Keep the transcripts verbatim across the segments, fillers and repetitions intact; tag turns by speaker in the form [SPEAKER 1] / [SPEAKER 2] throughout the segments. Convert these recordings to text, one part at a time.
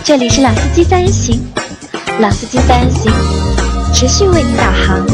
[SPEAKER 1] 这里是老司机三人行，老司机三人行持续为你导航。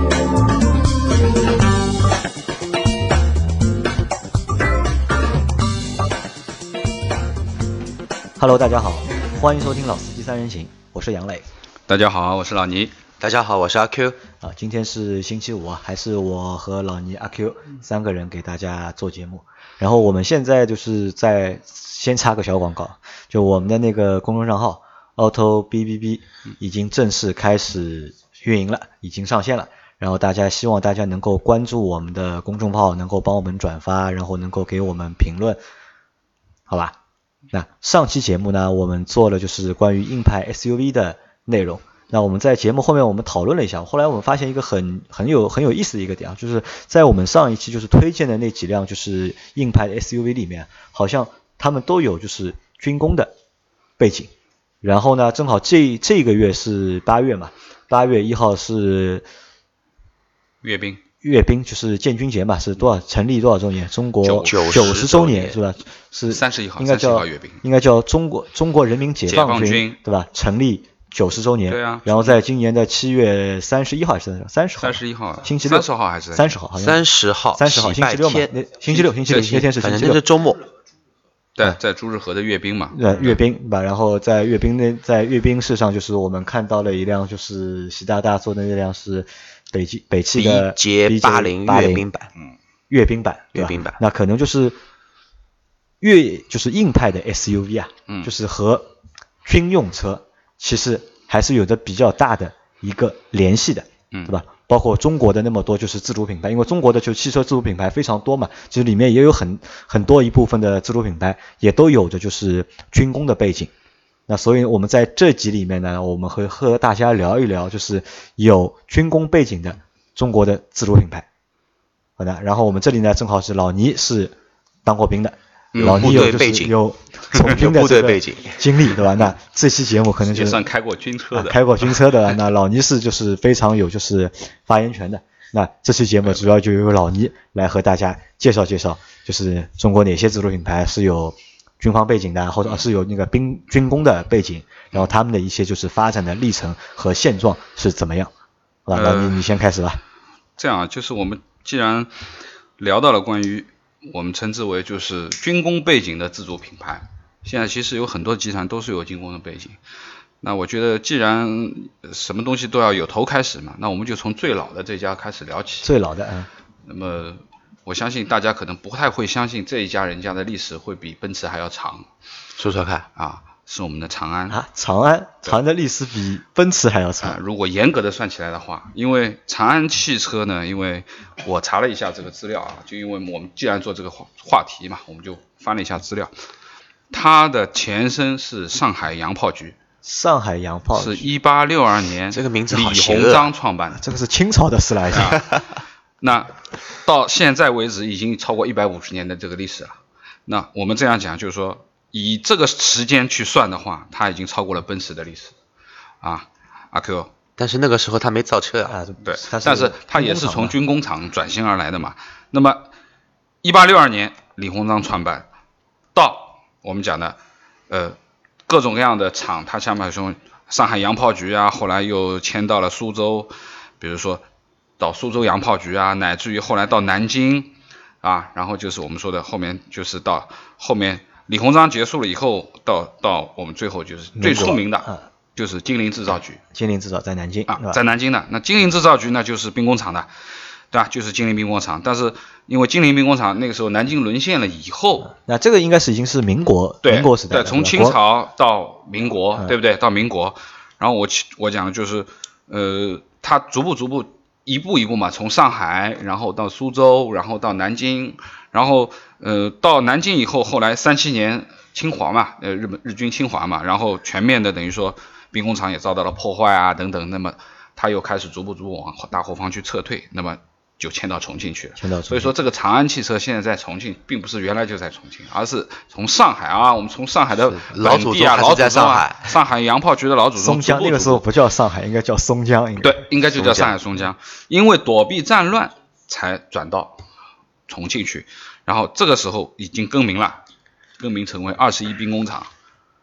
[SPEAKER 2] Hello， 大家好，欢迎收听老司机三人行，我是杨磊。
[SPEAKER 3] 大家好，我是老倪。
[SPEAKER 4] 大家好，我是阿 Q。
[SPEAKER 2] 啊，今天是星期五啊，还是我和老倪、阿 Q 三个人给大家做节目。然后我们现在就是在先插个小广告，就我们的那个公众账号 Auto B B B 已经正式开始运营了，已经上线了。然后大家希望大家能够关注我们的公众号，能够帮我们转发，然后能够给我们评论，好吧？那上期节目呢，我们做了就是关于硬派 S U V 的内容。那我们在节目后面我们讨论了一下，后来我们发现一个很很有很有意思的一个点啊，就是在我们上一期就是推荐的那几辆就是硬派的 S U V 里面，好像他们都有就是军工的背景。然后呢，正好这这个月是八月嘛，八月一号是
[SPEAKER 3] 阅兵，
[SPEAKER 2] 阅兵就是建军节嘛，是多少成立多少周年？中国
[SPEAKER 4] 九
[SPEAKER 2] 十周年是吧？是
[SPEAKER 3] 三十一号，
[SPEAKER 2] 应该叫
[SPEAKER 3] 阅兵，
[SPEAKER 2] 应该叫中国中国人民解放军，
[SPEAKER 3] 解放军
[SPEAKER 2] 对吧？成立九十周年，
[SPEAKER 3] 对啊。
[SPEAKER 2] 然后在今年的七月三十一号还是三十号？
[SPEAKER 3] 三十一号，
[SPEAKER 2] 星期六。
[SPEAKER 3] 三十号还是
[SPEAKER 2] 三十号？好像
[SPEAKER 4] 三十号，
[SPEAKER 2] 三十号，星期六嘛？那星期六，星期六那天是星期六，
[SPEAKER 4] 反正是周末。
[SPEAKER 3] 对，在朱日和的阅兵嘛。
[SPEAKER 2] 对，阅兵对吧？然后在阅兵那在阅兵式上，就是我们看到了一辆就是习大大做的那辆是北汽北汽的
[SPEAKER 4] B J 八零阅兵版，
[SPEAKER 2] 嗯，阅兵版，
[SPEAKER 4] 阅兵版，
[SPEAKER 2] 那可能就是越就是硬派的 S U V 啊，嗯，就是和军用车其实还是有着比较大的一个联系的，嗯，对吧？包括中国的那么多就是自主品牌，因为中国的就汽车自主品牌非常多嘛，其实里面也有很很多一部分的自主品牌也都有着就是军工的背景。那所以我们在这集里面呢，我们会和大家聊一聊就是有军工背景的中国的自主品牌。好的，然后我们这里呢正好是老倪是当过兵的，
[SPEAKER 4] 嗯、
[SPEAKER 2] 老倪有就是有从军的这个经历，对吧？那这期节目可能就是
[SPEAKER 3] 也算开过军车的，
[SPEAKER 2] 啊、开过军车的。那老倪是就是非常有就是发言权的。那这期节目主要就由老倪来和大家介绍介绍，就是中国哪些自主品牌是有军方背景的，或者是有那个兵军工的背景，然后他们的一些就是发展的历程和现状是怎么样？好吧，老倪你先开始吧。
[SPEAKER 3] 这样就是我们既然聊到了关于我们称之为就是军工背景的自主品牌，现在其实有很多集团都是有军工的背景。那我觉得既然什么东西都要有头开始嘛，那我们就从最老的这家开始聊起。
[SPEAKER 2] 最老的，嗯。
[SPEAKER 3] 那么我相信大家可能不太会相信这一家人家的历史会比奔驰还要长。
[SPEAKER 4] 说说看
[SPEAKER 3] 啊，是我们的长安
[SPEAKER 2] 啊，长安，长安的历史比奔驰还要长。
[SPEAKER 3] 啊、如果严格的算起来的话，因为长安汽车呢，因为我查了一下这个资料啊，就因为我们既然做这个话题嘛，我们就翻了一下资料，它的前身是上海洋炮局。
[SPEAKER 2] 上海洋炮
[SPEAKER 3] 是一八六二年，
[SPEAKER 4] 这个名字好
[SPEAKER 3] 李鸿章创办的，
[SPEAKER 2] 这个是清朝的事来着。
[SPEAKER 3] 啊、那到现在为止已经超过一百五十年的这个历史了。那我们这样讲，就是说以这个时间去算的话，它已经超过了奔驰的历史啊，阿 Q。
[SPEAKER 4] 但是那个时候他没造车
[SPEAKER 2] 啊，
[SPEAKER 3] 对，但是他也是从军工厂转型而来的嘛。那么一八六二年李鸿章创办，到我们讲的呃。各种各样的厂，它下面从上海洋炮局啊，后来又迁到了苏州，比如说到苏州洋炮局啊，乃至于后来到南京啊，然后就是我们说的后面就是到后面李鸿章结束了以后，到到我们最后就是最出名的，嗯、就是金陵制造局。
[SPEAKER 2] 金陵制造在南京
[SPEAKER 3] 啊，在南京的那金陵制造局呢，就是兵工厂的。对吧？就是金陵兵工厂，但是因为金陵兵工厂那个时候南京沦陷了以后，
[SPEAKER 2] 那这个应该是已经是民国民国时代了，
[SPEAKER 3] 对，从清朝到民国，对不对？到民国，然后我我讲的就是，呃，它逐步逐步一步一步嘛，从上海，然后到苏州，然后到南京，然后呃到南京以后，后来三七年侵华嘛，呃日本日军侵华嘛，然后全面的等于说兵工厂也遭到了破坏啊等等，那么它又开始逐步逐步往大后方去撤退，那么就迁到重庆去了。所以说这个长安汽车现在在重庆，并不是原来就在重庆，而是从上海啊，我们从上海的
[SPEAKER 4] 老祖宗
[SPEAKER 3] 啊，老
[SPEAKER 4] 在上海，
[SPEAKER 3] 上海洋炮局的老祖宗。
[SPEAKER 2] 松江那个时候不叫上海，应该叫松江。应该
[SPEAKER 3] 对，应该就叫上海松江，因为躲避战乱才转到重庆去，然后这个时候已经更名了，更名成为二十一兵工厂。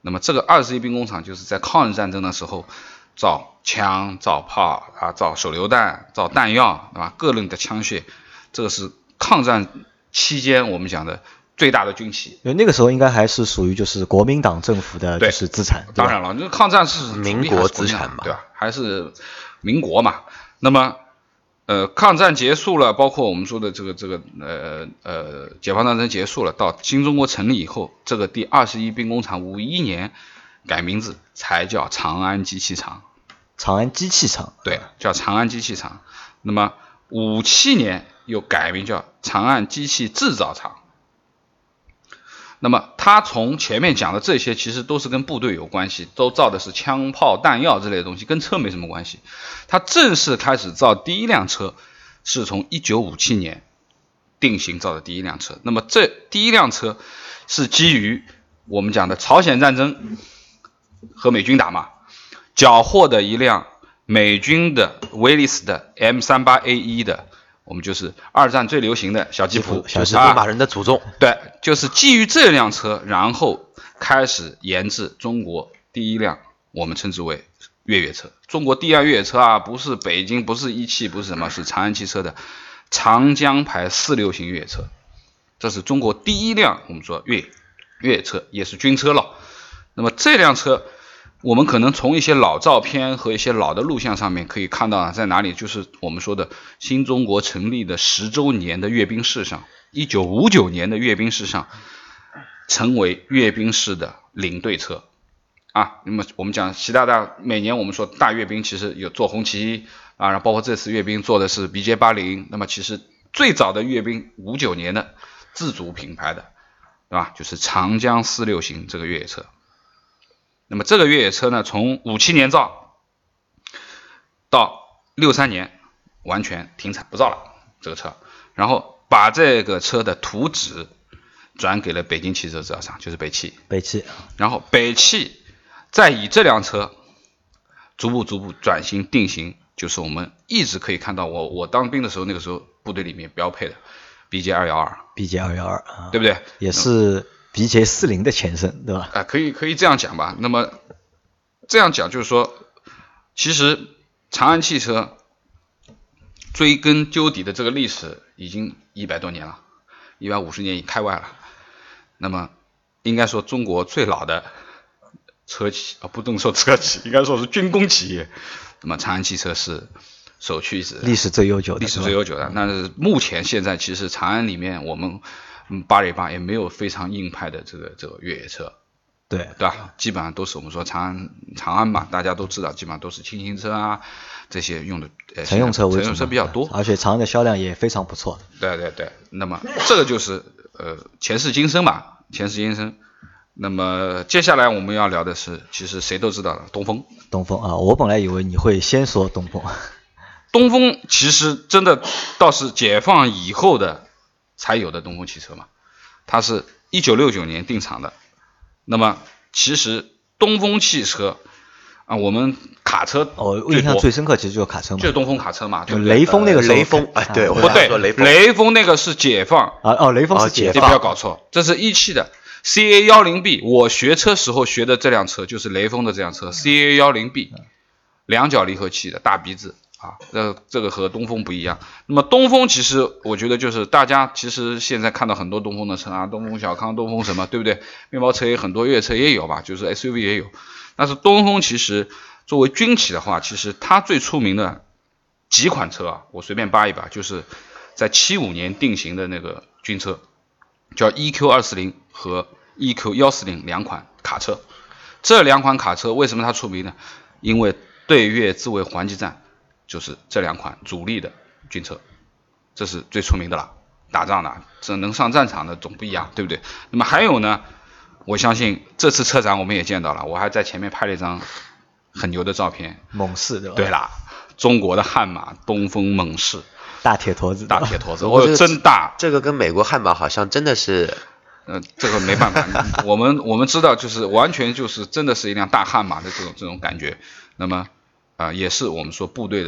[SPEAKER 3] 那么这个二十一兵工厂就是在抗日战争的时候造枪、造炮啊、造手榴弹、造弹药，对吧？各类的枪械，这个是抗战期间我们讲的最大的军企。
[SPEAKER 2] 那个时候应该还是属于就是国民党政府的就是资产。
[SPEAKER 3] 当然了，这抗战是
[SPEAKER 4] 民国资产嘛，
[SPEAKER 3] 对吧？还是民国嘛。那么呃，抗战结束了，包括我们说的这个这个呃呃，解放战争结束了，到新中国成立以后，这个第二十一兵工厂五一年改名字，才叫长安机器厂。
[SPEAKER 2] 长安机器厂，
[SPEAKER 3] 对，叫长安机器厂。那么五七年又改名叫长安机器制造厂。那么他从前面讲的这些其实都是跟部队有关系，都造的是枪炮弹药之类的东西，跟车没什么关系。他正式开始造第一辆车是从一九五七年定型造的第一辆车。那么这第一辆车是基于我们讲的朝鲜战争和美军打嘛，缴获的一辆美军的威利斯的 M 三十八 A 一 的，我们就是二战最流行的小吉普，
[SPEAKER 4] 就是牧马人的祖宗、
[SPEAKER 3] 啊。对，就是基于这辆车，然后开始研制中国第一辆我们称之为越野车。中国第一辆越野车啊，不是北京，不是一汽，不是什么，是长安汽车的长江牌四六型越野车。这是中国第一辆我们说越越野车，也是军车了。那么这辆车我们可能从一些老照片和一些老的录像上面可以看到，在哪里，就是我们说的新中国成立的十周年的阅兵式上，一九五九年的阅兵式上成为阅兵式的领队车啊。那么我们讲习大大每年我们说大阅兵，其实有做红旗啊，然后包括这次阅兵做的是 B J 八十，那么其实最早的阅兵五九年的自主品牌的，对吧？就是长江四六型这个越野车。那么这个越野车呢，从五七年造到六三年完全停产不造了这个车，然后把这个车的图纸转给了北京汽车制造厂，就是北汽。
[SPEAKER 2] 北汽，
[SPEAKER 3] 然后北汽再以这辆车逐步逐步转型定型，就是我们一直可以看到，我我当兵的时候，那个时候部队里面标配的 B J 二一二
[SPEAKER 2] B J 二一二 啊，
[SPEAKER 3] 对不对？
[SPEAKER 2] 也是 B J 四十 的前身，对吧？
[SPEAKER 3] 啊、呃，可以可以这样讲吧。那么这样讲就是说，其实长安汽车追根究底的这个历史已经一百多年了，一百五十年开外了。那么应该说中国最老的车企啊，不能说车企，应该说是军工企业。那么长安汽车是首屈一指，
[SPEAKER 2] 历史最悠久的，
[SPEAKER 3] 历史最悠久的。但是目前现在其实长安里面我们嗯八零八也没有非常硬派的这个这个越野车。
[SPEAKER 2] 对
[SPEAKER 3] 对吧？基本上都是我们说长安长安嘛，大家都知道，基本上都是轻型车啊，这些用的呃
[SPEAKER 2] 乘用车为主，
[SPEAKER 3] 乘用车比较多，
[SPEAKER 2] 而且长安的销量也非常不错。
[SPEAKER 3] 对对对，那么这个就是呃前世今生吧，前世今生。那么接下来我们要聊的是，其实谁都知道的东风。
[SPEAKER 2] 东风啊，我本来以为你会先说东风。
[SPEAKER 3] 东风其实真的倒是解放以后的才有的东风汽车嘛，它是一九六九年定厂的。那么其实东风汽车啊，我们卡车
[SPEAKER 2] 哦，印象最深刻其实就是卡车嘛，
[SPEAKER 3] 就是东风卡车嘛，
[SPEAKER 2] 就雷锋那个时候，
[SPEAKER 4] 雷锋哎，对，
[SPEAKER 3] 不对，雷锋雷锋那个是解放
[SPEAKER 2] 啊，哦，雷锋是解放，
[SPEAKER 3] 你不要搞错，这是一汽的 C A 一零 B， 我学车时候学的这辆车就是雷锋的这辆车 C A 一零 B， 两脚离合器的大鼻子。啊，这这个和东风不一样。那么东风其实我觉得就是大家其实现在看到很多东风的车啊，东风小康、东风什么，对不对？面包车也很多，越野车也有吧，就是 S U V 也有。但是东风其实作为军企的话，其实它最出名的几款车啊，我随便扒一扒，就是在七五年定型的那个军车，叫 E Q 二四零 和 E Q 一四零两款卡车。这两款卡车为什么它出名呢？因为对越自卫还击战。就是这两款主力的军车，这是最出名的了。打仗的，这能上战场的总不一样，对不对？那么还有呢，我相信这次车展我们也见到了，我还在前面拍了一张很牛的照片，
[SPEAKER 2] 猛士对吧？
[SPEAKER 3] 对啦，中国的悍马东风猛士，
[SPEAKER 2] 大铁坨子，
[SPEAKER 3] 大铁坨子，哦，真大。
[SPEAKER 4] 这个跟美国悍马好像真的是，
[SPEAKER 3] 呃，这个没办法，我们我们知道，就是完全就是真的是一辆大悍马的这种这种感觉。那么。啊、呃，也是我们说部队的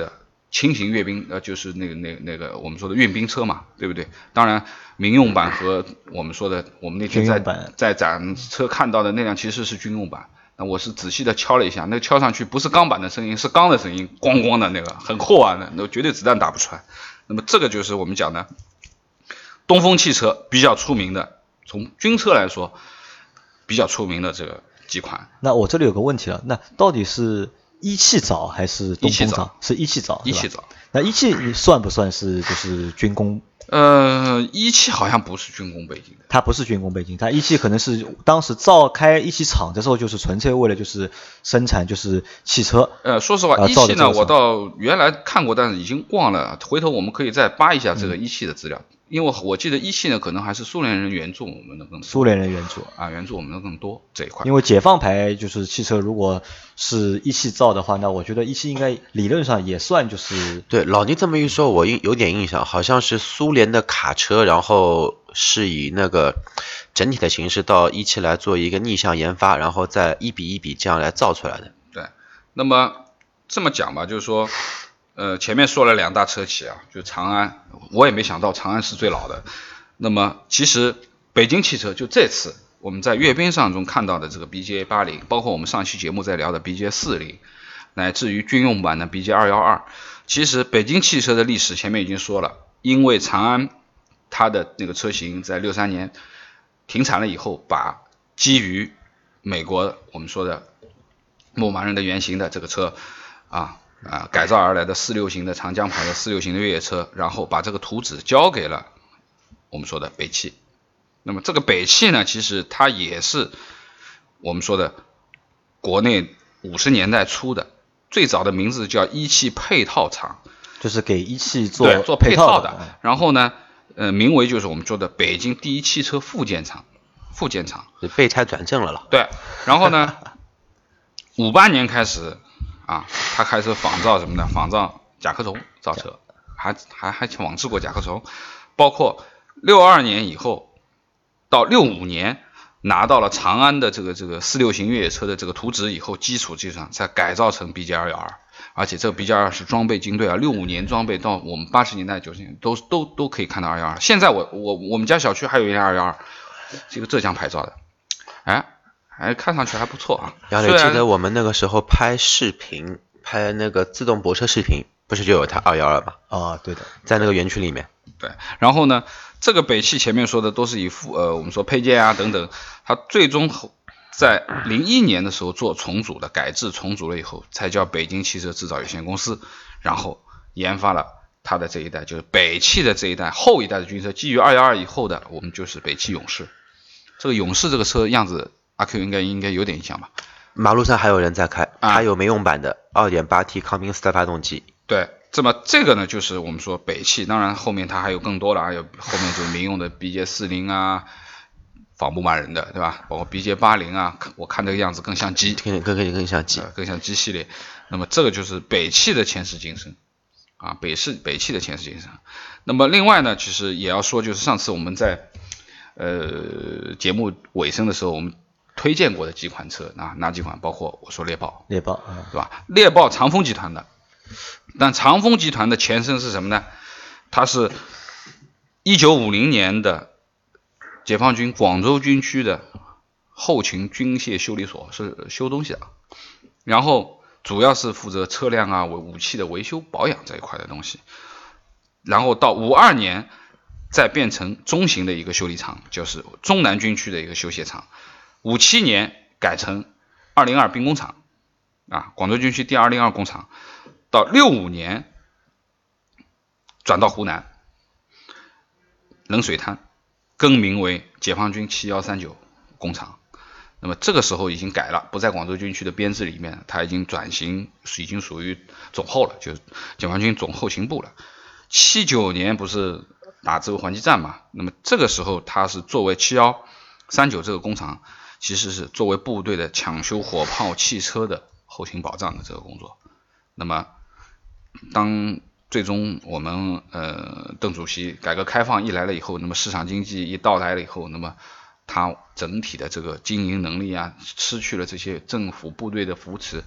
[SPEAKER 3] 轻型阅兵，呃，就是那个那个那个我们说的运兵车嘛，对不对？当然，民用版和我们说的我们那天在在展车看到的那辆其实是军用版。那我是仔细的敲了一下，那敲上去不是钢板的声音，是钢的声音，咣咣的那个，很厚啊，那那绝对子弹打不穿。那么这个就是我们讲的东风汽车比较出名的，从军车来说比较出名的这个几款。
[SPEAKER 2] 那我这里有个问题了，那到底是一汽早还是东风早？是一汽早，
[SPEAKER 3] 一汽早。
[SPEAKER 2] 那一汽算不算是就是军工？
[SPEAKER 3] 呃，一汽好像不是军工背景的，
[SPEAKER 2] 它不是军工背景，它一汽可能是当时造开一汽厂的时候，就是纯粹为了就是生产就是汽车。
[SPEAKER 3] 呃，说实话，一汽呢，我倒原来看过，但是已经忘了，回头我们可以再扒一下这个一汽的资料。嗯，因为我记得一汽呢，可能还是苏联人援助我们的更多，
[SPEAKER 2] 苏联人援助
[SPEAKER 3] 啊，援助我们的更多这一块。
[SPEAKER 2] 因为解放牌就是汽车，如果是一汽造的话，那我觉得一汽应该理论上也算就是
[SPEAKER 4] 对。老倪这么一说，我有点印象，好像是苏联的卡车，然后是以那个整体的形式到一汽来做一个逆向研发，然后再一比一比这样来造出来的。
[SPEAKER 3] 对，那么这么讲吧，就是说。呃，前面说了两大车企啊，就长安，我也没想到长安是最老的。那么其实北京汽车就这次我们在阅兵上中看到的这个 B J A 八十，包括我们上期节目在聊的 B J A 四十，乃至于军用版的 B J A 二一二，其实北京汽车的历史前面已经说了，因为长安它的那个车型在六三年停产了以后，把基于美国我们说的牧马人的原型的这个车啊。啊，改造而来的四六型的长江牌的四六型的越野车，然后把这个图纸交给了我们说的北汽。那么这个北汽呢，其实它也是我们说的国内五十年代初的，最早的名字叫一汽配套厂，
[SPEAKER 2] 就是给一汽做
[SPEAKER 3] 对做配套的。然后呢，呃，名为就是我们说的北京第一汽车附件厂，附件厂
[SPEAKER 4] 备胎转正了了。
[SPEAKER 3] 对，然后呢，五八年开始。啊，他开始仿造什么呢？仿造甲壳虫造车，还还还仿制过甲壳虫，包括六二年以后到六五年拿到了长安的这个这个四六型越野车的这个图纸以后，基础基础上再改造成 B J 二一二，而且这个 B J 二一二是装备精锐啊，六五年装备到我们八十年代九十年代都都都可以看到二一二。现在我我我们家小区还有一辆二一二，这个浙江牌照的，哎。还看上去还不错啊！
[SPEAKER 4] 杨磊，记得我们那个时候拍视频，拍那个自动泊车视频，不是就有它二一二吗？
[SPEAKER 2] 啊，对的，
[SPEAKER 4] 在那个园区里面。
[SPEAKER 3] 对，然后呢，这个北汽前面说的都是以附呃我们说配件啊等等，它最终在零一年的时候做重组的，改制重组了以后，才叫北京汽车制造有限公司，然后研发了它的这一代，就是北汽的这一代后一代的军车，基于二一二以后的，我们就是北汽勇士。这个勇士这个车样子。阿 Q 应该应该有点印象吧？
[SPEAKER 4] 马路上还有人在开，
[SPEAKER 3] 啊、
[SPEAKER 4] 还有没用版的 二点八 T 康宾斯的发动机。
[SPEAKER 3] 对，这么这个呢，就是我们说北汽，当然后面它还有更多的，还有后面就是民用的 B J 四十啊，仿牧马人的，对吧？包括 B J 八十啊，我看这个样子更像鸡，
[SPEAKER 4] 更更更更像鸡、
[SPEAKER 3] 呃，更像鸡系列。那么这个就是北汽的前世今生啊，北汽北汽的前世今生。那么另外呢，其实也要说，就是上次我们在呃节目尾声的时候，我们推荐过的几款车啊，哪几款？包括我说猎豹，
[SPEAKER 2] 猎豹，嗯、
[SPEAKER 3] 对吧？猎豹长风集团的，但长风集团的前身是什么呢？它是一九五零年的解放军广州军区的后勤军械修理所，是修东西的，然后主要是负责车辆啊、武器的维修保养这一块的东西。然后到五二年再变成中型的一个修理厂，就是中南军区的一个修械厂。五七年改成二零二兵工厂啊，广州军区第二零二工厂，到六五年转到湖南冷水滩，更名为解放军七一三九工厂。那么这个时候已经改了，不在广州军区的编制里面，它已经转型，已经属于总后了，就是解放军总后勤部了。七九年不是打这个还击战嘛，那么这个时候它是作为七一三九这个工厂，其实是作为部队的抢修火炮、汽车的后勤保障的这个工作。那么当最终我们呃邓主席改革开放一来了以后，那么市场经济一到来了以后，那么它整体的这个经营能力啊，失去了这些政府部队的扶持，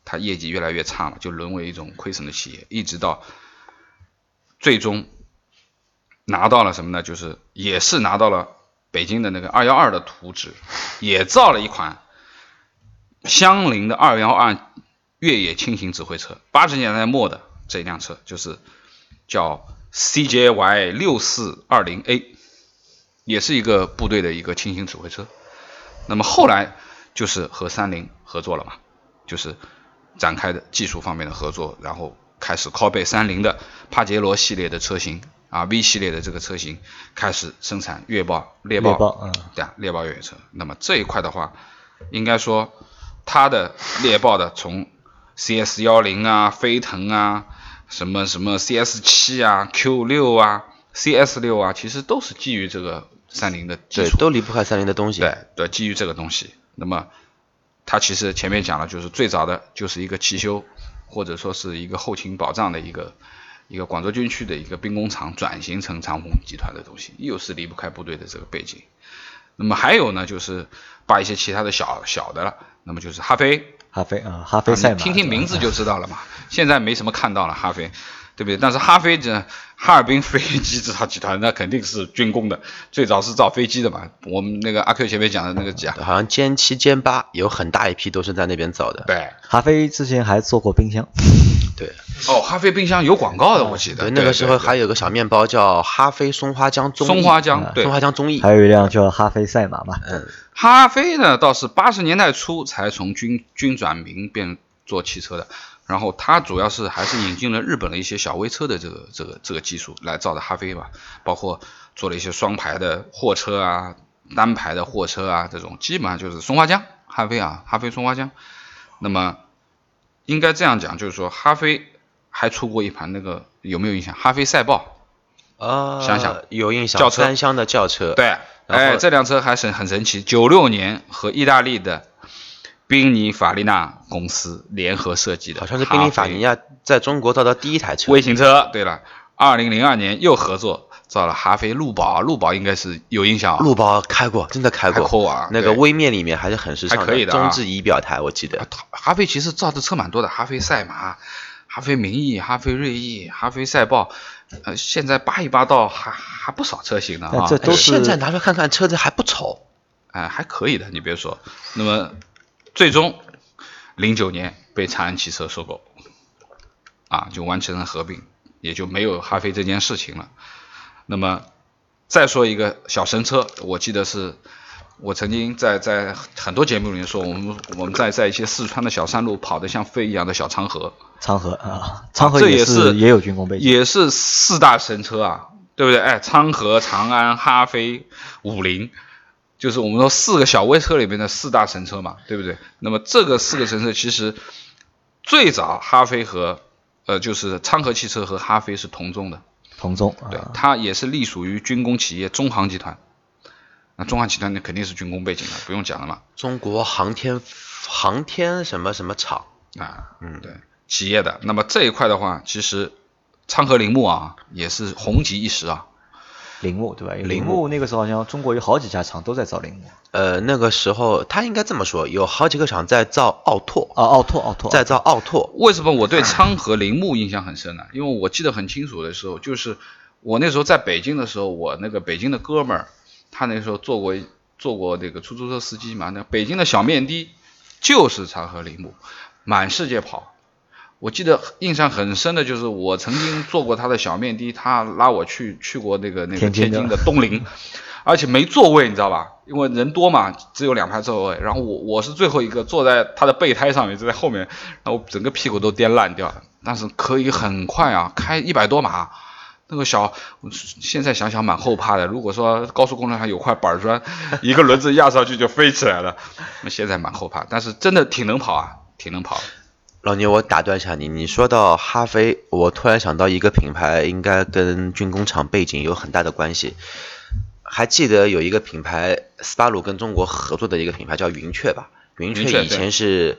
[SPEAKER 3] 它业绩越来越差嘛，就沦为一种亏损的企业，一直到最终拿到了什么呢？就是也是拿到了北京的那个二一二的图纸，也造了一款相邻的二一二越野轻型指挥车，八十年代末的这一辆车就是叫 C J Y 六四二零 A， 也是一个部队的一个轻型指挥车。那么后来就是和三菱合作了嘛，就是展开的技术方面的合作，然后开始拷贝三菱的帕杰罗系列的车型啊 V 系列的这个车型，开始生产猎豹猎豹
[SPEAKER 2] 猎豹、嗯、
[SPEAKER 3] 对啊，猎豹越野车。那么这一块的话，应该说它的猎豹的从 C S 十 零啊、飞腾啊、什么什么 C S 七 啊、Q 六 啊、C S 六 啊，其实都是基于这个三菱的基础，
[SPEAKER 4] 对，都离不开三菱的东西。
[SPEAKER 3] 对对，基于这个东西。那么它其实前面讲了，就是最早的就是一个汽修或者说是一个后勤保障的一个一个广州军区的一个兵工厂，转型成长虹集团的东西，又是离不开部队的这个背景。那么还有呢，就是把一些其他的小小的了，那么就是哈飞，
[SPEAKER 2] 哈飞啊，哈飞赛马，
[SPEAKER 3] 啊、听听名字就知道了嘛。现在没什么看到了哈飞，对不对？但是哈飞这哈尔滨飞机制造集团那肯定是军工的，最早是造飞机的嘛。我们那个阿 Q 前面讲的那个讲，
[SPEAKER 4] 好像歼七、歼八有很大一批都是在那边造的。
[SPEAKER 3] 对，
[SPEAKER 2] 哈飞之前还做过冰箱。
[SPEAKER 4] 对，
[SPEAKER 3] 哦，哈飞冰箱有广告的，我记得。
[SPEAKER 4] 对，那个时候还有个小面包叫哈飞松花江综艺。
[SPEAKER 3] 松花江，对，
[SPEAKER 4] 松花江综艺。
[SPEAKER 2] 还有一辆叫哈飞赛马嘛。
[SPEAKER 4] 嗯，
[SPEAKER 3] 哈飞呢，倒是八十年代初才从军军转民变做汽车的。然后它主要是还是引进了日本的一些小微车的这个这个这个技术来造的哈飞吧，包括做了一些双排的货车啊、单排的货车啊，这种基本上就是松花江哈飞啊，哈飞松花江。那么应该这样讲，就是说哈飞还出过一盘那个有没有印象？哈飞赛豹
[SPEAKER 4] 啊，
[SPEAKER 3] 想想
[SPEAKER 4] 有印象，
[SPEAKER 3] 轿车
[SPEAKER 4] 三厢的轿车。
[SPEAKER 3] 对，哎，这辆车还是很神奇，九六年和意大利的宾尼法利纳公司联合设计的，
[SPEAKER 4] 好像是宾尼法利纳在中国造的第一台车
[SPEAKER 3] 微型车。对了，二零零二年又合作造了哈飞路宝，路宝应该是有印象、啊。
[SPEAKER 4] 路宝开过，真的开过，
[SPEAKER 3] 还酷啊！
[SPEAKER 4] 那个微面里面还是很时尚的，
[SPEAKER 3] 还可以的、啊。
[SPEAKER 4] 中置仪表台我记得。
[SPEAKER 3] 啊、哈飞其实造的车蛮多的，哈飞赛马、哈飞明翼、哈飞锐意、哈飞赛豹，呃，现在扒一扒到还还不少车型呢啊！
[SPEAKER 2] 这都是
[SPEAKER 4] 现在拿出来看看，车子还不丑，
[SPEAKER 3] 哎、呃，还可以的，你别说。那么最终零九年被长安汽车收购，啊，就完成了合并，也就没有哈飞这件事情了。那么再说一个小神车，我记得是我曾经在在很多节目里面说，我们我们在在一些四川的小山路跑得像飞一样的小长河。
[SPEAKER 2] 长河啊，长河
[SPEAKER 3] 这也是
[SPEAKER 2] 也有军工背景，
[SPEAKER 3] 也是四大神车啊，对不对？哎，长河、长安、哈飞、五菱。就是我们说四个小微车里面的四大神车嘛，对不对？那么这个四个神车其实最早哈飞和呃就是昌河汽车和哈飞是同宗的，
[SPEAKER 2] 同宗，
[SPEAKER 3] 对，它也是隶属于军工企业中航集团。那中航集团那肯定是军工背景的，不用讲了嘛。
[SPEAKER 4] 中国航天航天什么什么厂
[SPEAKER 3] 啊，嗯，对，企业的。那么这一块的话，其实昌河铃木啊也是红极一时啊。
[SPEAKER 2] 铃木对吧？铃木那个时候好像中国有好几家厂都在造铃木。
[SPEAKER 4] 呃，那个时候他应该这么说，有好几个厂在造奥拓
[SPEAKER 2] 啊，奥拓奥拓
[SPEAKER 4] 在造奥拓。
[SPEAKER 3] 为什么我对昌河铃木印象很深呢？因为我记得很清楚的时候，就是我那时候在北京的时候，我那个北京的哥们儿，他那时候做过做过那个出租车司机嘛，那北京的小面的就是昌河铃木，满世界跑。我记得印象很深的就是我曾经坐过他的小面的，他拉我去去过那个那个天津的东陵，而且没座位，你知道吧？因为人多嘛，只有两排座位。然后我我是最后一个坐在他的备胎上面，就在后面，然后整个屁股都颠烂掉了。但是可以很快啊，开一百多码，那个小，现在想想蛮后怕的。如果说高速公路上有块板砖，一个轮子压上去就飞起来了，那现在蛮后怕，但是真的挺能跑啊，挺能跑。
[SPEAKER 4] 老聂，我打断一下你，你说到哈飞，我突然想到一个品牌，应该跟军工厂背景有很大的关系。还记得有一个品牌，斯巴鲁跟中国合作的一个品牌叫云雀吧？云雀以前是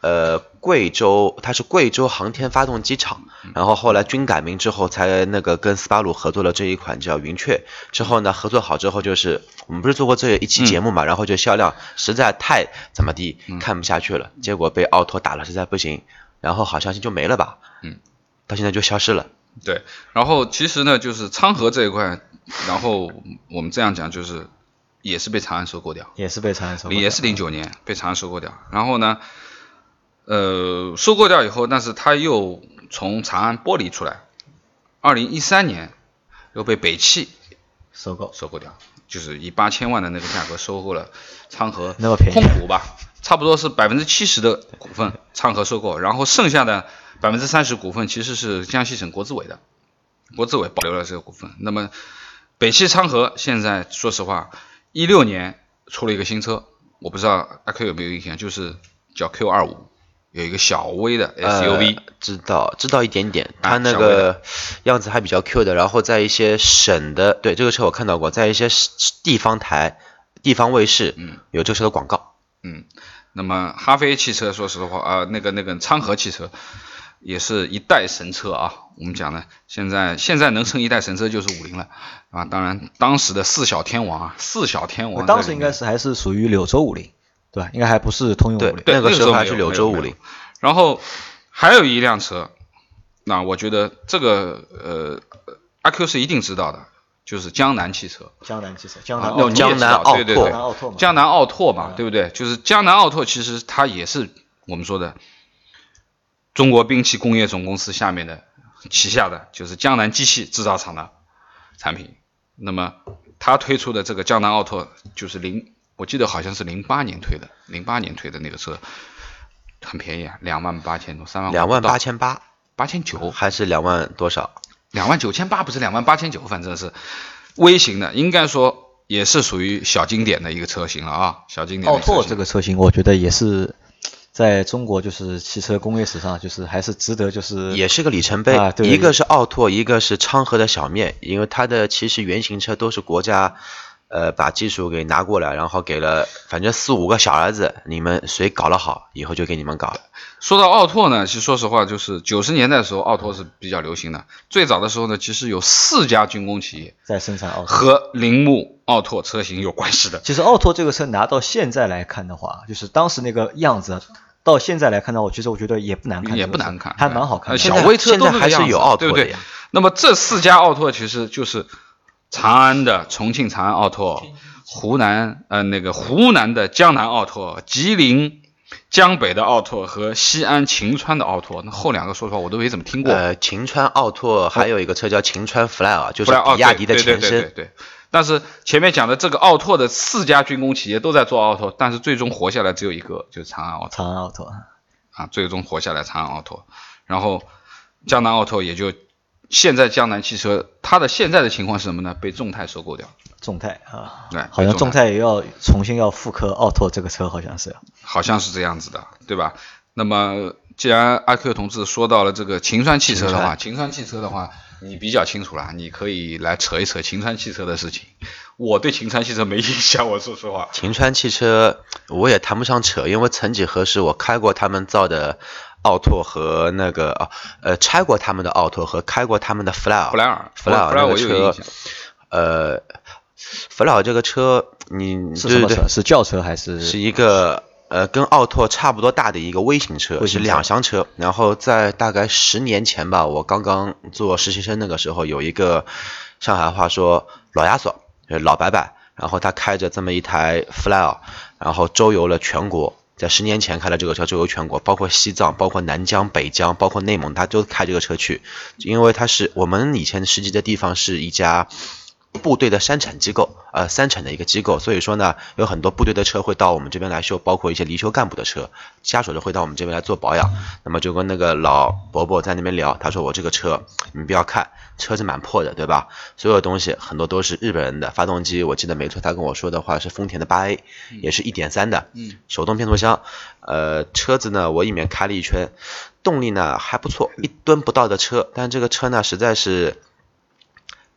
[SPEAKER 4] 呃贵州，它是贵州航天发动机厂，然后后来军改名之后才那个跟斯巴鲁合作了这一款叫云雀，之后呢合作好之后就是我们不是做过这一期节目嘛，嗯、然后就销量实在太怎么地看不下去了，嗯、结果被奥拓打了实在不行，然后好像就没了吧，
[SPEAKER 3] 嗯，
[SPEAKER 4] 到现在就消失了。
[SPEAKER 3] 对，然后其实呢就是昌河这一块，然后我们这样讲就是也是被长安收购掉，
[SPEAKER 2] 也是被长安收购掉，
[SPEAKER 3] 也是零九年被长安收购掉，然后呢。呃，收购掉以后，但是他又从长安剥离出来，二零一三年又被北汽
[SPEAKER 2] 收购
[SPEAKER 3] 收购掉，就是以八千万的那个价格收购了昌河
[SPEAKER 2] 那么便宜
[SPEAKER 3] 控股吧，差不多是百分之七十的股份昌河收购，然后剩下的百分之三十股份其实是江西省国资委的，国资委保留了这个股份。那么北汽昌河现在说实话，一六年出了一个新车，我不知道阿 Q 有没有印象，就是叫 Q 二十五。有一个小微的 S U V，、
[SPEAKER 4] 呃、知道知道一点点，它那个样子还比较 Q 的，然后在一些省的，对这个车我看到过，在一些地方台、地方卫视，嗯，有这个车的广告，
[SPEAKER 3] 嗯，那么哈飞汽车，说实话啊、呃，那个那个昌河汽车也是一代神车啊，我们讲的现在现在能称一代神车就是五菱了啊，当然当时的四小天王啊，四小天王，
[SPEAKER 2] 当时应该是还是属于柳州五菱。对吧？应该还不是通用五菱，
[SPEAKER 3] 对，
[SPEAKER 4] 那个时候还是柳州五菱。
[SPEAKER 3] 然后还有一辆车，那我觉得这个呃，阿 Q 是一定知道的，就是江南汽车。
[SPEAKER 2] 江南汽车，江南、
[SPEAKER 3] 啊、
[SPEAKER 4] 江南奥拓，
[SPEAKER 3] 对对对，江南奥拓嘛，对不对？就是江南奥拓，其实它也是我们说的中国兵器工业总公司下面的旗下的，就是江南机器制造厂的产品。那么它推出的这个江南奥拓，就是零。我记得好像是零八年推的，零八年推的那个车很便宜啊，两万八千多，三万
[SPEAKER 4] 两万八千八，
[SPEAKER 3] 八千九
[SPEAKER 4] 还是两万多少？
[SPEAKER 3] 两万九千八不是两万八千九，反正是微型的，应该说也是属于小经典的一个车型了啊，小经典的车型。
[SPEAKER 2] 奥拓这个车型，我觉得也是在中国就是汽车工业史上，就是还是值得就是
[SPEAKER 4] 也是个里程碑。
[SPEAKER 2] 啊、对
[SPEAKER 4] 一个是奥拓，一个是昌河的小面，因为它的其实原型车都是国家。呃，把技术给拿过来，然后给了反正四五个小儿子，你们谁搞得好，以后就给你们搞了。
[SPEAKER 3] 说到奥拓呢，其实说实话，就是九十年代的时候，奥拓是比较流行的。最早的时候呢，其实有四家军工企业
[SPEAKER 2] 在生产奥拓，
[SPEAKER 3] 和铃木奥拓车型有关系的。
[SPEAKER 2] 其实奥拓这个车拿到现在来看的话，就是当时那个样子，到现在来看的话，其实我觉得也不难看，
[SPEAKER 3] 也不难看，
[SPEAKER 2] 还蛮好看的。
[SPEAKER 3] 小微车都
[SPEAKER 4] 还是有奥拓的，
[SPEAKER 3] 对不对？那么这四家奥拓其实就是长安的重庆长安奥拓。湖南呃那个湖南的江南奥拓，吉林江北的奥拓和西安晴川的奥拓，那后两个说实话我都没怎么听过。
[SPEAKER 4] 呃，晴川奥拓还有一个车叫晴川 Flyer， 就是比亚迪的前身。
[SPEAKER 3] 对对对对对。但是前面讲的这个奥拓的四家军工企业都在做奥拓，但是最终活下来只有一个，就是长安奥拓。
[SPEAKER 2] 长安奥拓
[SPEAKER 3] 啊，最终活下来长安奥拓，然后江南奥拓也就现在江南汽车它的现在的情况是什么呢？被众泰收购掉。
[SPEAKER 2] 众泰啊，
[SPEAKER 3] 对，
[SPEAKER 2] 好像众泰也要重新要复刻奥拓这个车，好像是，
[SPEAKER 3] 好像是这样子的，对吧？那么既然阿 Q 同志说到了这个晴川汽车的话，晴川汽车的话，你比较清楚啦，你可以来扯一扯晴川汽车的事情。我对晴川汽车没印象，我说实话。
[SPEAKER 4] 晴川汽車我也談不上扯，因為曾幾何時我開過他們造的奧拓和那個啊呃拆過他們的奧拓和開過他們的 Flyer。
[SPEAKER 3] 弗萊爾，
[SPEAKER 4] 弗萊爾那個車，呃，弗萊爾這個車你
[SPEAKER 2] 是什麼車？是轎車還是？
[SPEAKER 4] 是一個呃跟奧拓差不多大的一個微型車，是兩廂車。然後在大概十年前吧，我剛剛做實習生那個時候，有一個上海話說老亞索。老伯伯，然後他開着這麼一台 Flyer， 然後周遊了全國，在十年前開了這個車周遊全國，包括西藏，包括南疆、北疆，包括內蒙，他都開這個車去，因為他是我們以前實際的地方是一家部隊的三產機構，呃，三產的一個機構，所以說呢，有很多部隊的車會到我們這邊來修，包括一些離休幹部的車，家屬就會到我們這邊來做保養。那麼就跟那個老伯伯在那邊聊，他說我這個車你們不要看，車子蠻破的，對吧？所有東西很多都是日本人的，發動機我記得沒錯，他跟我說的話是豐田的八 A， 也是一點三的，手動變速箱。呃，車子呢我一面開了一圈，動力呢還不錯，一噸不到的車，但這個車呢實在是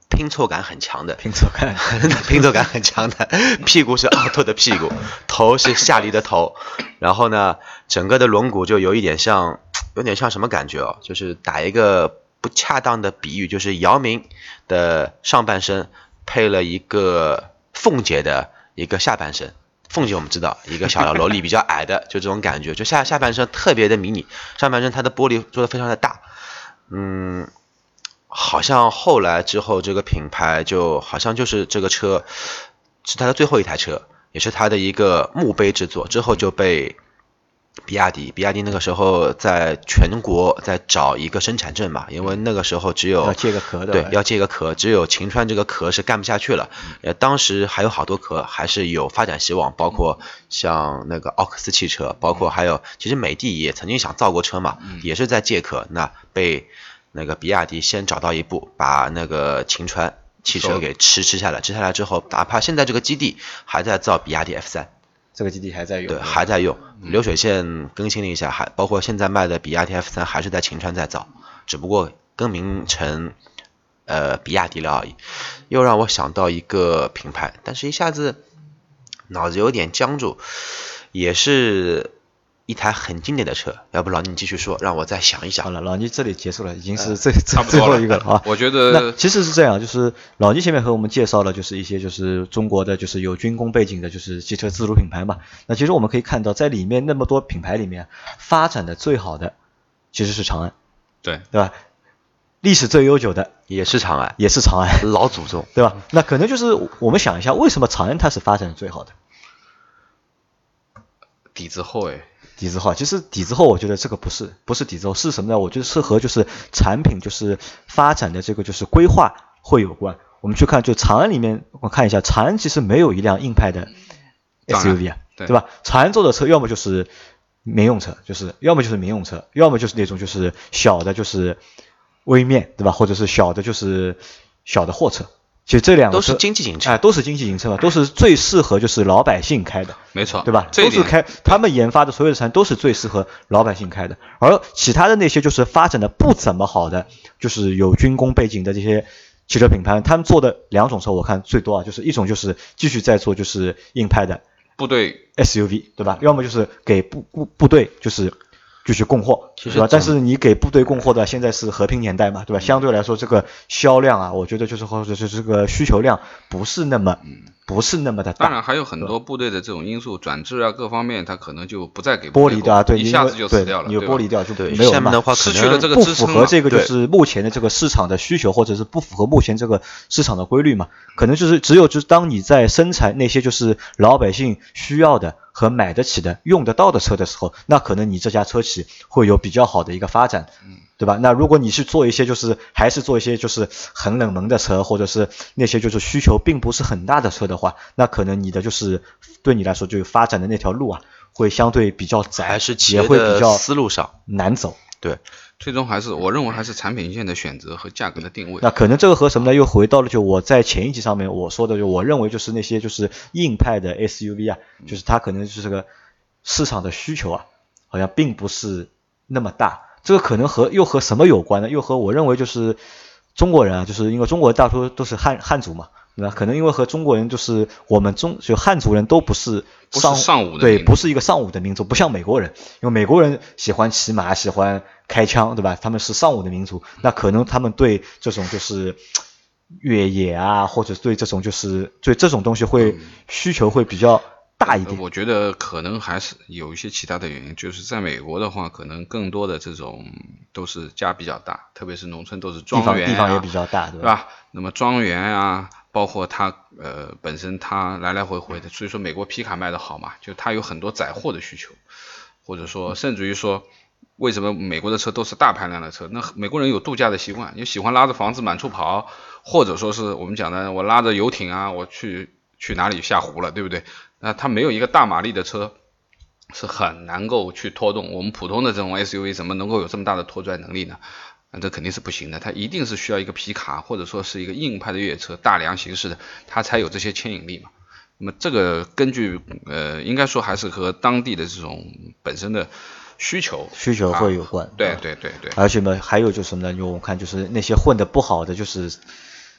[SPEAKER 4] 拼凑感很强的，
[SPEAKER 2] 拼凑感
[SPEAKER 4] 拼凑感很强的，屁股是奥拓的屁股，头是夏利的头，然后呢，整个的轮毂就有一点像，有点像什么感觉哦？就是打一个不恰当的比喻，就是姚明的上半身配了一个凤姐的一个下半身。凤姐我们知道，一个小萝莉比较矮的，就这种感觉，就下下半身特别的迷你，上半身它的玻璃做的非常的大，嗯，好像后来之后这个品牌就好像就是这个车是它的最后一台车，也是它的一个墓碑之作，之后就被比亚迪，比亚迪那个时候在全国在找一个生产证嘛，因为那个时候只有
[SPEAKER 2] 要借个壳的，
[SPEAKER 4] 对，要借个壳，只有秦川这个壳是干不下去了。呃，当时还有好多壳还是有发展希望，包括像那个奥克斯汽车，包括还有其实美的也曾经想造过车嘛，也是在借壳，那被那个比亚迪先找到一步，把那个秦川汽车给吃吃下来，吃下来之后，哪怕现在这个基地还在造比亚迪 F 三。
[SPEAKER 2] 这个基地还在用，
[SPEAKER 4] 对，还在用。流水线更新了一下，还包括现在卖的比亚迪 F 三还是在秦川在造，只不过更名成呃比亚迪了而已。又让我想到一个品牌，但是一下子脑子有点僵住，也是一台很经典的车。要不老倪你继续说，让我再想一想。
[SPEAKER 2] 好了，老倪这里结束了，已经是最、
[SPEAKER 3] 呃、
[SPEAKER 2] 最最后一个了啊。
[SPEAKER 3] 我觉得
[SPEAKER 2] 那其实是这样，就是老倪前面和我们介绍了，就是一些就是中国的就是有军工背景的，就是汽车自主品牌嘛。那其实我们可以看到，在里面那么多品牌里面，发展的最好的其实是长安，
[SPEAKER 3] 对
[SPEAKER 2] 对吧？历史最悠久的
[SPEAKER 4] 也是长安，
[SPEAKER 2] 也是长安，
[SPEAKER 4] 老祖宗，
[SPEAKER 2] 对吧？那可能就是我们想一下，为什么长安它是发展的最好的？
[SPEAKER 3] 底子厚哎。
[SPEAKER 2] 底子厚，其实底子厚，我觉得这个不是不是底子厚，是什么呢？我觉得是和就是产品就是发展的这个就是规划会有关。我们去看就长安里面，我看一下，长安其实没有一辆硬派的 S U V 啊，
[SPEAKER 3] 对,
[SPEAKER 2] 对吧？长安做的车要么就是民用车，就是要么就是民用车，要么就是那种就是小的就是微面，对吧？或者是小的就是小的货车。其实这两个
[SPEAKER 4] 都是经济型车，
[SPEAKER 2] 哎，都是经济型车嘛，都是最适合就是老百姓开的，
[SPEAKER 3] 没错，
[SPEAKER 2] 对吧？都是开他们研发的所有的产品都是最适合老百姓开的，而其他的那些就是发展的不怎么好的，就是有军工背景的这些汽车品牌，他们做的两种车我看最多啊，就是一种就是继续在做就是硬派的
[SPEAKER 3] 部队
[SPEAKER 2] S U V， 对吧？要么就是给部部部队就是继续供货，对吧？但是你给部队供货的，现在是和平年代嘛，对吧？相对来说，这个销量啊，我觉得就是或者是这个需求量不是那么，不是那么的大。
[SPEAKER 3] 当然还有很多部队的这种因素，转制啊各方面，它可能就不再给
[SPEAKER 2] 剥离掉，对，
[SPEAKER 3] 一下子就死掉了，
[SPEAKER 2] 你剥离掉就
[SPEAKER 4] 对
[SPEAKER 2] 没有
[SPEAKER 4] 下面的话
[SPEAKER 3] 失去了这个
[SPEAKER 2] 不符合这个就是目前的这个市场的需求，或者是不符合目前这个市场的规律嘛？可能就是只有就是当你在生产那些就是老百姓需要的和买得起的、用得到的车的时候，那可能你这家车企会有比较好的一个发展，对吧？那如果你是做一些就是还是做一些就是很冷门的车，或者是那些就是需求并不是很大的车的话，那可能你的就是对你来说就发展的那条路啊，会相对比较窄，
[SPEAKER 4] 还是
[SPEAKER 2] 也会比较
[SPEAKER 4] 思路上
[SPEAKER 2] 难走。
[SPEAKER 4] 对，
[SPEAKER 3] 最终还是我认为还是产品线的选择和价格的定位。
[SPEAKER 2] 那可能这个和什么呢？又回到了就我在前一集上面我说的，就我认为就是那些就是硬派的 S U V 啊，就是它可能就是这个市场的需求啊，好像并不是那么大。这个可能和又和什么有关呢？又和我认为就是中国人啊，就是因为中国大多都是汉汉族嘛，那可能因为和中国人就是我们中就汉族人都不是
[SPEAKER 3] 上不是上武的
[SPEAKER 2] 对，不是一个上武的民族，不像美国人，因为美国人喜欢骑马，喜欢开枪，对吧？他们是上武的民族，那可能他们对这种就是越野啊，或者对这种就是对这种东西会需求会比较大一点。
[SPEAKER 3] 我觉得可能还是有一些其他的原因，就是在美国的话，可能更多的这种都是家比较大，特别是农村都是庄园、啊、
[SPEAKER 2] 地方地方也比较大，对吧？
[SPEAKER 3] 对吧？那么庄园啊，包括它呃本身它来来回回的，所以说美国皮卡卖的好嘛，就它有很多载货的需求，或者说甚至于说为什么美国的车都是大排量的车？那美国人有度假的习惯，也喜欢拉着房子满处跑，或者说是我们讲的我拉着游艇啊，我去去哪里下湖了，对不对？那它没有一个大马力的车是很难够去拖动我们普通的这种 S U V， 怎么能够有这么大的拖拽能力呢？那这肯定是不行的，它一定是需要一个皮卡或者说是一个硬派的越野车，大梁形式的，它才有这些牵引力嘛。那么这个根据呃，应该说还是和当地的这种本身的需求
[SPEAKER 2] 需求会有关。
[SPEAKER 3] 啊、对对对对。
[SPEAKER 2] 而且呢，还有就是什么呢？因为我看就是那些混得不好的，就是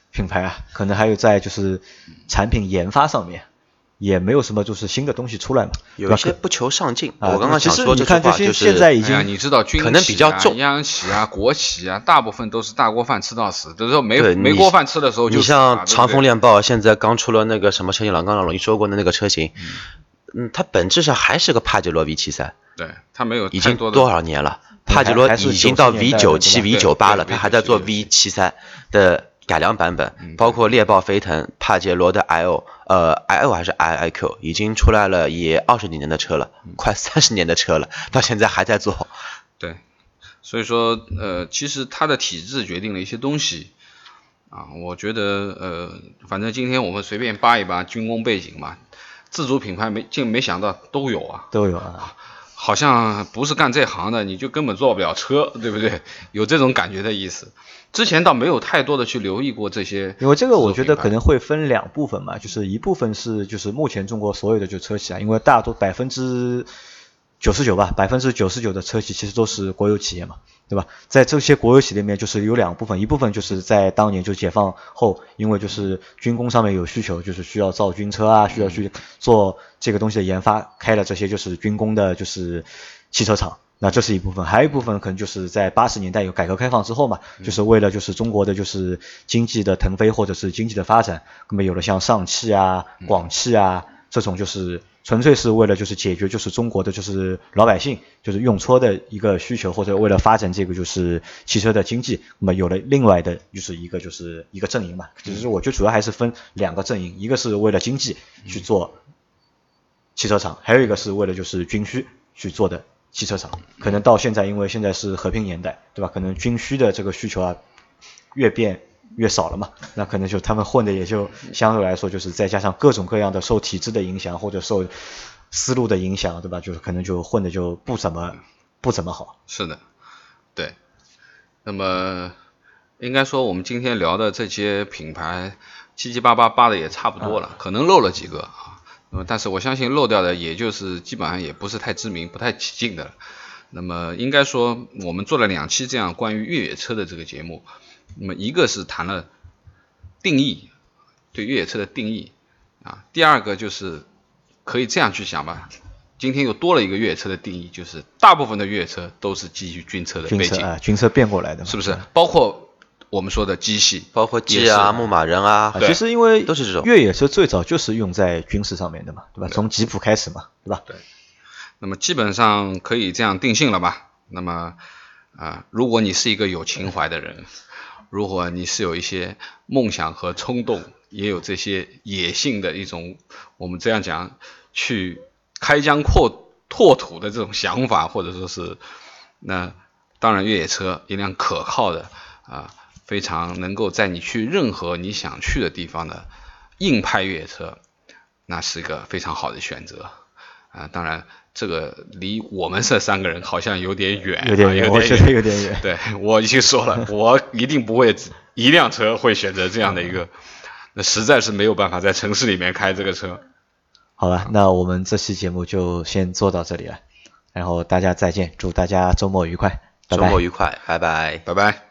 [SPEAKER 2] 品牌啊，可能还有在就是产品研发上面。也没有什么就是新的东西出来嘛，
[SPEAKER 4] 有一些不求上进。
[SPEAKER 2] 啊、
[SPEAKER 4] 我刚刚想说这句话就是，
[SPEAKER 2] 现在已经、
[SPEAKER 3] 哎、你知道军企、啊、
[SPEAKER 4] 可能比较重，
[SPEAKER 3] 央企啊、国企啊，大部分都是大锅饭吃到死。就是说没没锅饭吃的时候就、啊，
[SPEAKER 4] 你像长风链豹现在刚出了那个什么车型了，刚刚老林说过的那个车型，嗯，嗯它本质上还是个帕杰罗 V 七十三，
[SPEAKER 3] 对，它没有
[SPEAKER 4] 已经多少年了？帕杰罗已经到 V 九七、V 九八了，它还在做 V 七十三的改良版本，
[SPEAKER 3] 嗯、
[SPEAKER 4] 包括猎豹、飞腾、帕杰罗的 I O， 呃 I O 还是 I I Q 已经出来了，也二十几年的车了，
[SPEAKER 3] 嗯、
[SPEAKER 4] 快三十年的车了，到现在还在做。
[SPEAKER 3] 对，所以说呃，其实它的体制决定了一些东西啊，我觉得呃，反正今天我们随便扒一扒军工背景嘛，自主品牌没竟没想到都有啊，
[SPEAKER 2] 都有啊。
[SPEAKER 3] 好像不是干这行的，你就根本做不了车，对不对？有这种感觉的意思。之前倒没有太多的去留意过这些，
[SPEAKER 2] 因为这个我觉得可能会分两部分嘛，就是一部分是就是目前中国所有的就车企啊，因为大多百分之九十九吧，百分之九十九的车企其实都是国有企业嘛，对吧？在这些国有企业里面，就是有两部分，一部分就是在当年就解放后，因为就是军工上面有需求，就是需要造军车啊，需要去做这个东西的研发，开了这些就是军工的就是汽车厂。那这是一部分，还有一部分可能就是在八十年代有改革开放之后嘛，就是为了就是中国的就是经济的腾飞或者是经济的发展，那么有了像上汽啊、广汽啊这种就是纯粹是为了就是解决就是中国的就是老百姓就是用车的一个需求，或者为了发展这个就是汽车的经济，那么有了另外的就是一个就是一个阵营嘛，就是我觉得主要还是分两个阵营，一个是为了经济去做汽车厂，还有一个是为了就是军需去做的汽车厂。可能到现在因为现在是和平年代，对吧？可能军需的这个需求啊越变越少了嘛，那可能就他们混的也就相对来说就是再加上各种各样的受体制的影响或者受思路的影响，对吧？就是可能就混的就不怎么不怎么好。
[SPEAKER 3] 是的，对。那么应该说我们今天聊的这些品牌七七八八扒的也差不多了，可能漏了几个啊。那么但是我相信漏掉的也就是基本上也不是太知名不太起劲的。那么应该说我们做了两期这样关于越野车的这个节目，那么一个是谈了定义，对越野车的定义啊，第二个就是可以这样去想吧，今天又多了一个越野车的定义，就是大部分的越野车都是基于军车的背景，
[SPEAKER 2] 军车啊，军车变过来的嘛，
[SPEAKER 3] 是不是？包括我们说的机系，
[SPEAKER 4] 包括 G 啊、牧马人啊，
[SPEAKER 2] 其实因为
[SPEAKER 4] 都是这种
[SPEAKER 2] 越野车最早就是用在军事上面的嘛，对吧？从吉普开始嘛，对吧？
[SPEAKER 3] 对。那么基本上可以这样定性了吧？那么啊、呃，如果你是一个有情怀的人，如果你是有一些梦想和冲动，也有这些野性的一种，我们这样讲，去开疆扩拓土的这种想法，或者说是，那当然越野车一辆可靠的啊、呃，非常能够载你去任何你想去的地方的硬派越野车，那是一个非常好的选择啊、呃。当然。这个离我们这三个人好像有点远，
[SPEAKER 2] 有点远，我觉得有点远。
[SPEAKER 3] 对，我已经说了，我一定不会一辆车会选择这样的一个，那实在是没有办法在城市里面开这个车。
[SPEAKER 2] 好吧，那我们这期节目就先做到这里了，然后大家再见，祝大家周末愉快，拜拜。
[SPEAKER 4] 周末愉快，拜拜，
[SPEAKER 3] 拜拜。